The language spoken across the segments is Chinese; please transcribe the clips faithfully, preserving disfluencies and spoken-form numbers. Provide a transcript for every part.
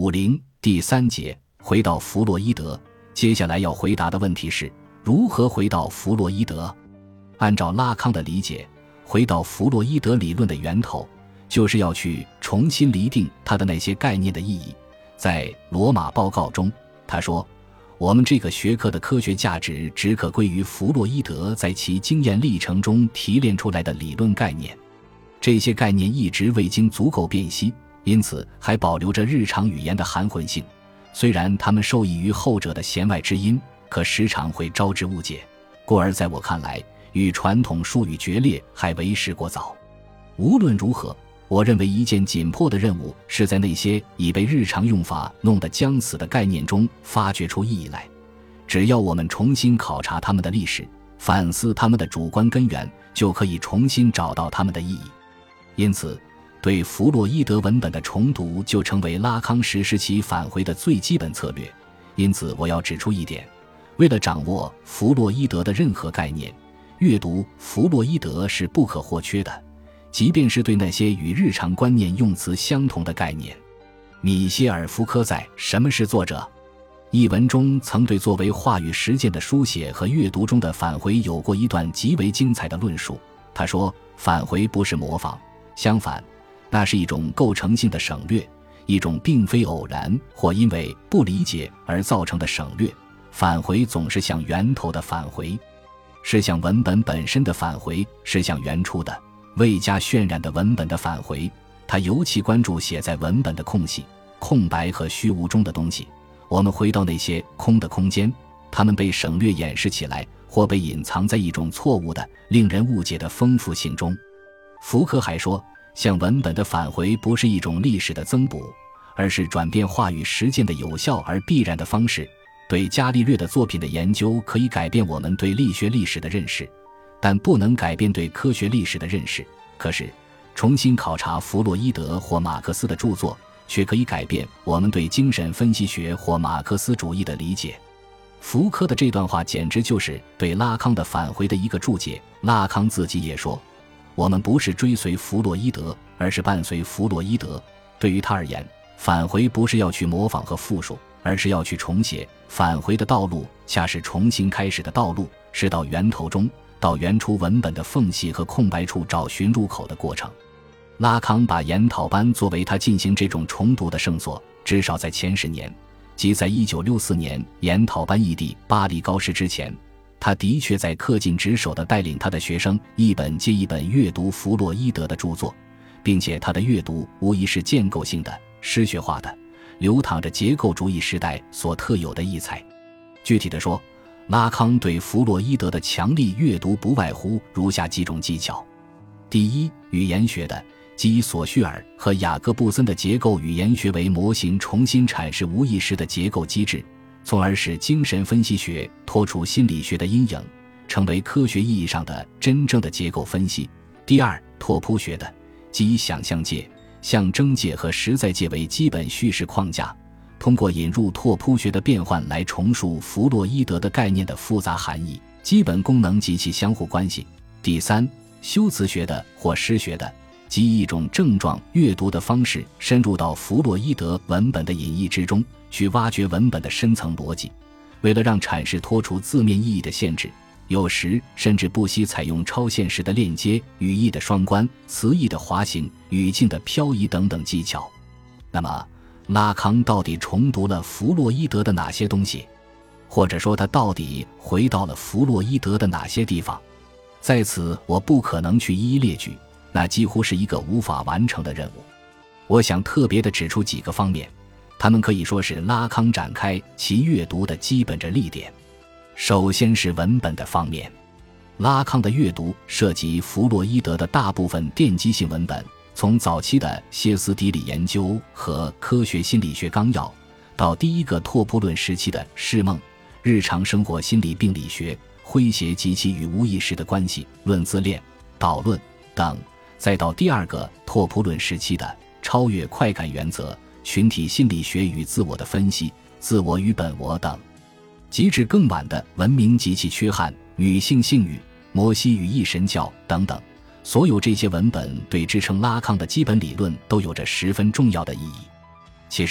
五零第三节，回到弗洛伊德。接下来要回答的问题是，如何回到弗洛伊德？按照拉康的理解，回到弗洛伊德理论的源头，就是要去重新厘定他的那些概念的意义。在罗马报告中，他说，我们这个学科的科学价值只可归于弗洛伊德在其经验历程中提炼出来的理论概念。这些概念一直未经足够辨析，因此还保留着日常语言的含混性。虽然他们受益于后者的弦外之音，可时常会招致误解，故而在我看来，与传统术语决裂还为时过早。无论如何，我认为一件紧迫的任务是在那些已被日常用法弄得僵死的概念中发掘出意义来。只要我们重新考察它们的历史，反思它们的主观根源，就可以重新找到它们的意义。因此，对弗洛伊德文本的重读就成为拉康实施其返回的最基本策略。因此我要指出一点，为了掌握弗洛伊德的任何概念，阅读弗洛伊德是不可或缺的，即便是对那些与日常观念用词相同的概念。米歇尔·福柯在《什么是作者》一文中曾对作为话语实践的书写和阅读中的返回有过一段极为精彩的论述。他说，返回不是模仿，相反，那是一种构成性的省略，一种并非偶然或因为不理解而造成的省略。返回总是向源头的返回，是向文本本身的返回，是向原初的未加渲染的文本的返回。他尤其关注写在文本的空隙、空白和虚无中的东西。我们回到那些空的空间，它们被省略掩饰起来，或被隐藏在一种错误的、令人误解的丰富性中。福柯还说，向文本的返回不是一种历史的增补，而是转变话语实践的有效而必然的方式。对伽利略的作品的研究可以改变我们对力学历史的认识，但不能改变对科学历史的认识。可是，重新考察弗洛伊德或马克思的著作，却可以改变我们对精神分析学或马克思主义的理解。福柯的这段话简直就是对拉康的返回的一个注解。拉康自己也说，我们不是追随弗洛伊德，而是伴随弗洛伊德。对于他而言，返回不是要去模仿和复述，而是要去重写。返回的道路恰是重新开始的道路，是到源头中，到原初文本的缝隙和空白处找寻入口的过程。拉康把研讨班作为他进行这种重读的圣所，至少在前十年，即在一九六四年研讨班异地巴黎高师之前，他的确在恪尽职守地带领他的学生一本接一本阅读弗洛伊德的著作，并且他的阅读无疑是建构性的、诗学化的，流淌着结构主义时代所特有的异彩。具体地说，拉康对弗洛伊德的强力阅读不外乎如下几种技巧。第一，语言学的，即以索绪尔和雅各布森的结构语言学为模型，重新阐释无意识的结构机制，从而使精神分析学脱除心理学的阴影，成为科学意义上的真正的结构分析。第二，拓扑学的，即以想象界、象征界和实在界为基本叙事框架，通过引入拓扑学的变换来重述弗洛伊德的概念的复杂含义、基本功能及其相互关系。第三，修辞学的或诗学的，即以一种症状阅读的方式深入到弗洛伊德文本的隐逸之中，去挖掘文本的深层逻辑。为了让阐释脱除字面意义的限制，有时甚至不惜采用超现实的链接、语义的双关、词义的滑行、语境的漂移等等技巧。那么，拉康到底重读了弗洛伊德的哪些东西？或者说他到底回到了弗洛伊德的哪些地方？在此我不可能去一一列举，那几乎是一个无法完成的任务。我想特别地指出几个方面，他们可以说是拉康展开其阅读的基本着力点。首先是文本的方面，拉康的阅读涉及弗洛伊德的大部分奠基性文本，从早期的歇斯底里研究和科学心理学纲要，到第一个拓扑论时期的释梦、日常生活心理病理学、诙谐及其与无意识的关系、论自恋、导论等，再到第二个拓扑论时期的超越快感原则、群体心理学与自我的分析、自我与本我等，及至更晚的文明及其缺憾、女性性欲、摩西与一神教等等。所有这些文本对支撑拉康的基本理论都有着十分重要的意义。其实，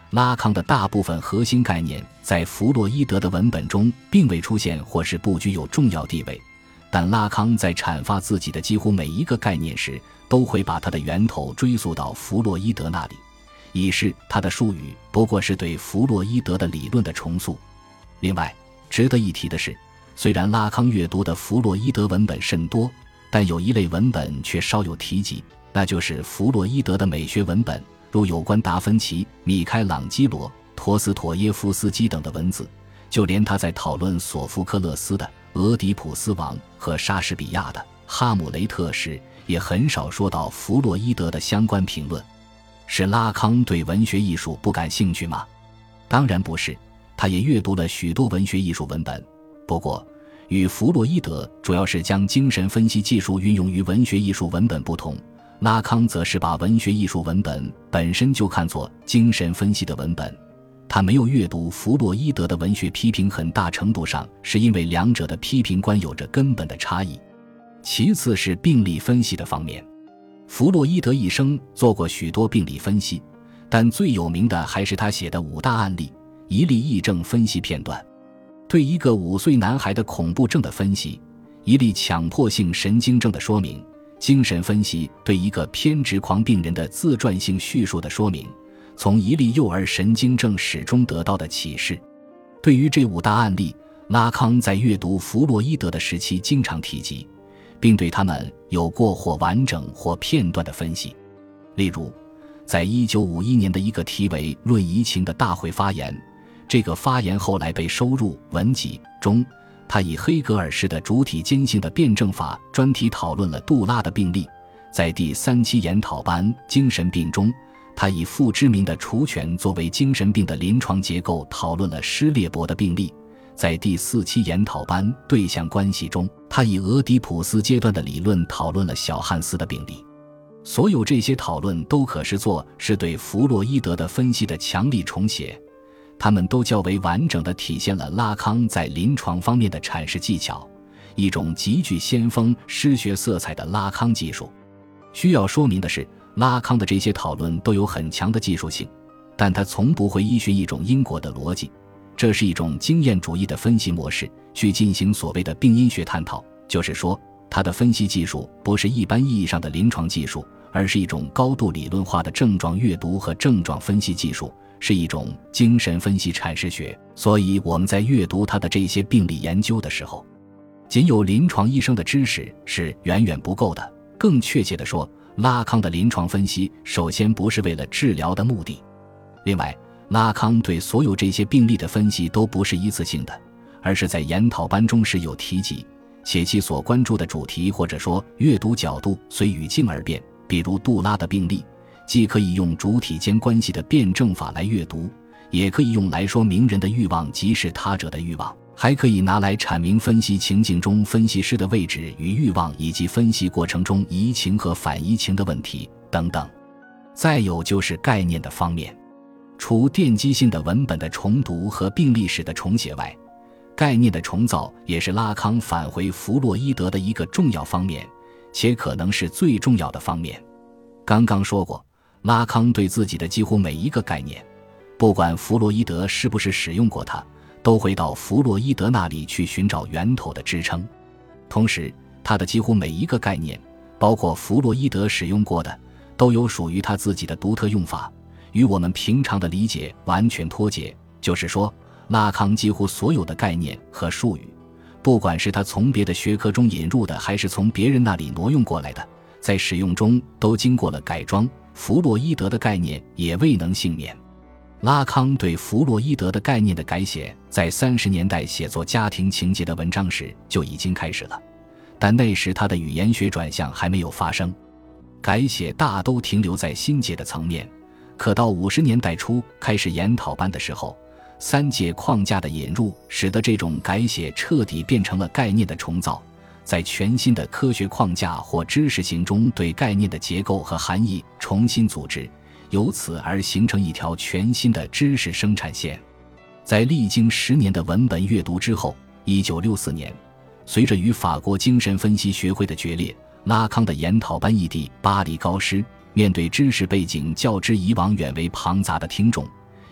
拉康的大部分核心概念在弗洛伊德的文本中并未出现或是不具有重要地位，但拉康在阐发自己的几乎每一个概念时，都会把它的源头追溯到弗洛伊德那里，以示他的术语不过是对弗洛伊德的理论的重塑。另外，值得一提的是，虽然拉康阅读的弗洛伊德文本甚多，但有一类文本却稍有提及，那就是弗洛伊德的美学文本，如有关达芬奇、米开朗基罗、陀思妥耶夫斯基等的文字，就连他在讨论索福克勒斯的《俄狄浦斯王》和莎士比亚的《哈姆雷特》时，也很少说到弗洛伊德的相关评论。是拉康对文学艺术不感兴趣吗？当然不是，他也阅读了许多文学艺术文本，不过与弗洛伊德主要是将精神分析技术运用于文学艺术文本不同，拉康则是把文学艺术文本本身就看作精神分析的文本。他没有阅读弗洛伊德的文学批评，很大程度上是因为两者的批评观有着根本的差异。其次是病理分析的方面，弗洛伊德一生做过许多病理分析，但最有名的还是他写的五大案例，一例癔症分析片段，对一个五岁男孩的恐怖症的分析，一例强迫性神经症的说明，精神分析对一个偏执狂病人的自传性叙述的说明，从一例幼儿神经症史中得到的启示。对于这五大案例，拉康在阅读弗洛伊德的时期经常提及，并对他们有过或完整或片段的分析。例如，在一九五一年的一个题为《论移情》的大会发言，这个发言后来被收入文集中，他以黑格尔式的主体间性的辩证法专题讨论了杜拉的病例。在第三期研讨班精神病中，他以傅知名的除权作为精神病的临床结构讨论了施列伯的病例。在第四期研讨班对象关系中，他以俄狄浦斯阶段的理论讨论了小汉斯的病例。所有这些讨论都可视作是对弗洛伊德的分析的强力重写，他们都较为完整地体现了拉康在临床方面的阐释技巧，一种极具先锋诗学色彩的拉康技术。需要说明的是，拉康的这些讨论都有很强的技术性，但他从不会依循一种因果的逻辑，这是一种经验主义的分析模式，去进行所谓的病因学探讨。就是说，他的分析技术不是一般意义上的临床技术，而是一种高度理论化的症状阅读和症状分析技术，是一种精神分析阐释学。所以我们在阅读他的这些病理研究的时候，仅有临床医生的知识是远远不够的。更确切地说，拉康的临床分析首先不是为了治疗的目的。另外，拉康对所有这些病例的分析都不是一次性的，而是在研讨班中时有提及，且其所关注的主题或者说阅读角度随语境而变。比如杜拉的病例，既可以用主体间关系的辩证法来阅读，也可以用来说明人的欲望即是他者的欲望，还可以拿来阐明分析情境中分析师的位置与欲望，以及分析过程中移情和反移情的问题等等。再有就是概念的方面，除奠基性的文本的重读和病历史的重写外，概念的重造也是拉康返回弗洛伊德的一个重要方面，且可能是最重要的方面。刚刚说过，拉康对自己的几乎每一个概念，不管弗洛伊德是不是使用过它，都会到弗洛伊德那里去寻找源头的支撑。同时，他的几乎每一个概念，包括弗洛伊德使用过的，都有属于他自己的独特用法，与我们平常的理解完全脱节。就是说，拉康几乎所有的概念和术语，不管是他从别的学科中引入的，还是从别人那里挪用过来的，在使用中都经过了改装，弗洛伊德的概念也未能幸免。拉康对弗洛伊德的概念的改写，在三十年代写作家庭情节的文章时就已经开始了，但那时他的语言学转向还没有发生，改写大都停留在心结的层面。可到五十年代初开始研讨班的时候，三界框架的引入使得这种改写彻底变成了概念的重造，在全新的科学框架或知识型中对概念的结构和含义重新组织，由此而形成一条全新的知识生产线。在历经十年的文本阅读之后，一九六四年，随着与法国精神分析学会的决裂，拉康的研讨班异地巴黎高师面对知识背景较之以往远为庞杂的听众，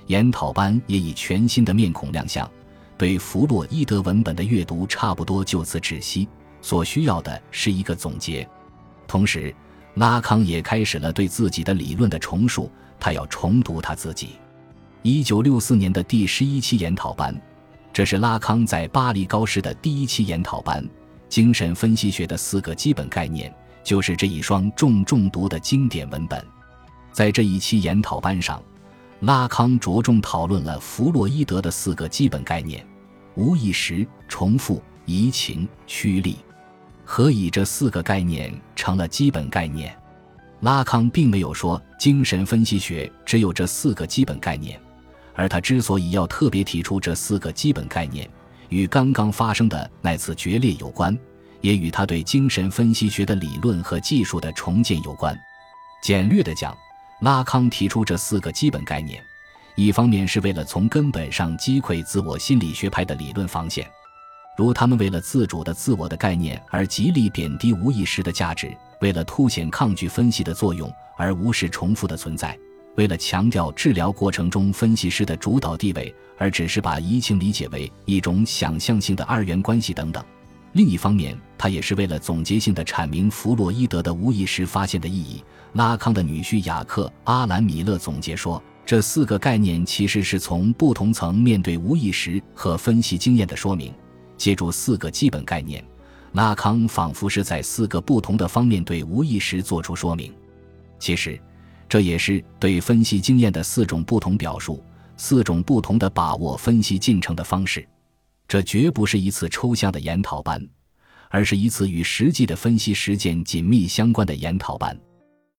研讨班也以全新的面孔亮相，对弗洛伊德文本的阅读差不多就此止息，所需要的是一个总结。同时，拉康也开始了对自己的理论的重述，他要重读他自己。一九六四年的第十一期研讨班，这是拉康在巴黎高师的第一期研讨班，精神分析学的四个基本概念，就是这一双重重读的经典文本。在这一期研讨班上，拉康着重讨论了弗洛伊德的四个基本概念：无意识、重复、移情、驱力。何以这四个概念成了基本概念？拉康并没有说精神分析学只有这四个基本概念，而他之所以要特别提出这四个基本概念，与刚刚发生的那次决裂有关，也与他对精神分析学的理论和技术的重建有关。简略地讲，拉康提出这四个基本概念，一方面是为了从根本上击溃自我心理学派的理论防线，如他们为了自主的自我的概念而极力贬低无意识的价值，为了凸显抗拒分析的作用而无视重复的存在，为了强调治疗过程中分析师的主导地位而只是把移情理解为一种想象性的二元关系等等。另一方面，他也是为了总结性地阐明弗洛伊德的无意识发现的意义。拉康的女婿雅克·阿兰·米勒总结说，这四个概念其实是从不同层面对无意识和分析经验的说明。借助四个基本概念，拉康仿佛是在四个不同的方面对无意识做出说明。其实，这也是对分析经验的四种不同表述，四种不同的把握分析进程的方式。这绝不是一次抽象的研讨班，而是一次与实际的分析实践紧密相关的研讨班。